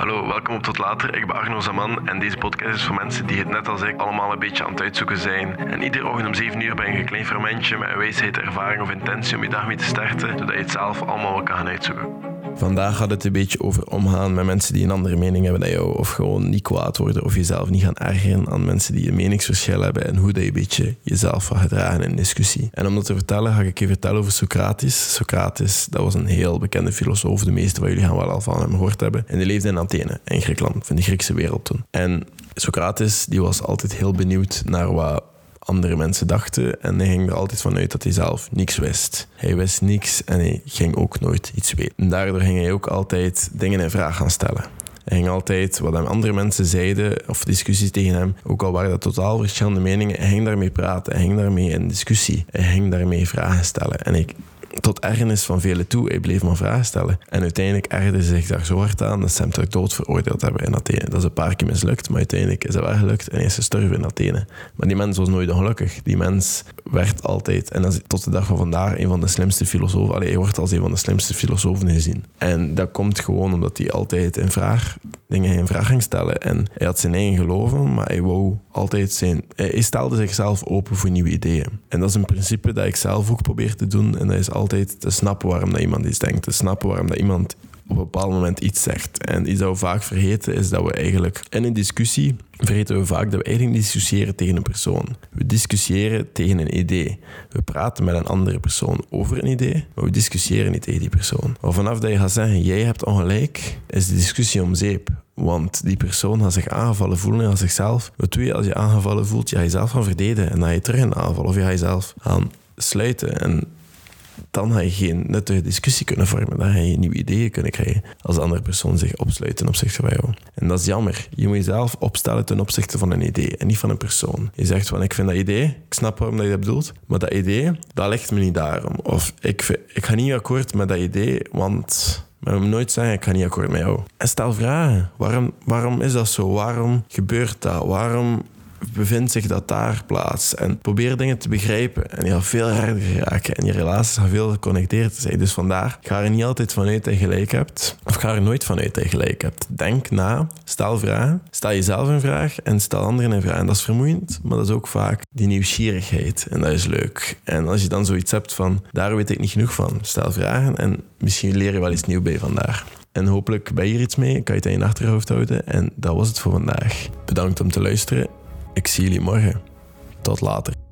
Hallo, welkom op Tot Later. Ik ben Arno Zaman en deze podcast is voor mensen die het net als ik allemaal een beetje aan het uitzoeken zijn. En iedere ochtend om 7 uur ben je een klein fermentje met een wijsheid, ervaring of intentie om je dag mee te starten, zodat je het zelf allemaal wel kan gaan uitzoeken. Vandaag gaat het een beetje over omgaan met mensen die een andere mening hebben dan jou. Of gewoon niet kwaad worden of jezelf niet gaan ergeren aan mensen die een meningsverschil hebben. En hoe dat je een beetje jezelf gaat gedragen in discussie. En om dat te vertellen ga ik je vertellen over Socrates. Socrates, dat was een heel bekende filosoof. De meeste van jullie gaan wel al van hem gehoord hebben. En die leefde in Athene, in Griekenland, van de Griekse wereld toen. En Socrates die was altijd heel benieuwd naar wat andere mensen dachten en hij ging er altijd van uit dat hij zelf niks wist. Hij wist niks en hij ging ook nooit iets weten. En daardoor ging hij ook altijd dingen in vraag gaan stellen. Hij ging altijd wat hem andere mensen zeiden of discussies tegen hem, ook al waren dat totaal verschillende meningen, hij ging daarmee praten, hij ging daarmee in discussie, hij ging daarmee vragen stellen. En tot ergernis van velen toe, hij bleef maar vragen stellen. En uiteindelijk ergerde ze zich daar zo hard aan dat ze hem ter dood veroordeeld hebben in Athene. Dat is een paar keer mislukt, maar uiteindelijk is het wel gelukt en hij is gestorven in Athene. Maar die mens was nooit ongelukkig. Die mens werd altijd, en dat is tot de dag van vandaag, een van de slimste filosofen. Hij wordt als een van de slimste filosofen gezien. En dat komt gewoon omdat hij altijd dingen in vraag ging stellen. En hij had zijn eigen geloven, maar hij wou altijd hij stelde zichzelf open voor nieuwe ideeën. En dat is een principe dat ik zelf ook probeer te doen. En dat is altijd te snappen waarom dat iemand iets denkt. Te snappen waarom dat iemand op een bepaald moment iets zegt. En iets dat we vaak vergeten is dat we eigenlijk in een discussie vergeten we vaak dat we eigenlijk niet discussiëren tegen een persoon. We discussiëren tegen een idee. We praten met een andere persoon over een idee, maar we discussiëren niet tegen die persoon. Maar vanaf dat je gaat zeggen, jij hebt ongelijk, is de discussie om zeep. Want die persoon gaat zich aangevallen voelen aan zichzelf. Wat doe je als je aangevallen voelt? Je gaat jezelf gaan verdedigen en dan ga je terug in aanval. Of je gaat jezelf gaan sluiten en dan ga je geen nuttige discussie kunnen vormen. Dan ga je nieuwe ideeën kunnen krijgen als de andere persoon zich opsluit ten opzichte van jou. En dat is jammer. Je moet jezelf opstellen ten opzichte van een idee en niet van een persoon. Je zegt van, ik vind dat idee, ik snap waarom dat je dat bedoelt, maar dat idee, dat ligt me niet daarom. Of ik ga niet akkoord met dat idee, want maar we moeten nooit zeggen, ik ga niet akkoord met jou. En stel vragen. Waarom is dat zo? Waarom gebeurt dat? Waarom bevindt zich dat daar plaats? En probeer dingen te begrijpen. En je gaat veel harder geraken. En je relaties gaan veel geconnecteerd zijn. Dus vandaar, ga er niet altijd vanuit dat je gelijk hebt. Of ga er nooit vanuit dat je gelijk hebt. Denk na, stel vragen. Stel jezelf een vraag en stel anderen een vraag. En dat is vermoeiend, maar dat is ook vaak die nieuwsgierigheid. En dat is leuk. En als je dan zoiets hebt van, daar weet ik niet genoeg van. Stel vragen en misschien leer je wel iets nieuws bij vandaag. En hopelijk ben je hier iets mee. Kan je het in je achterhoofd houden. En dat was het voor vandaag. Bedankt om te luisteren. Ik zie jullie morgen. Tot later.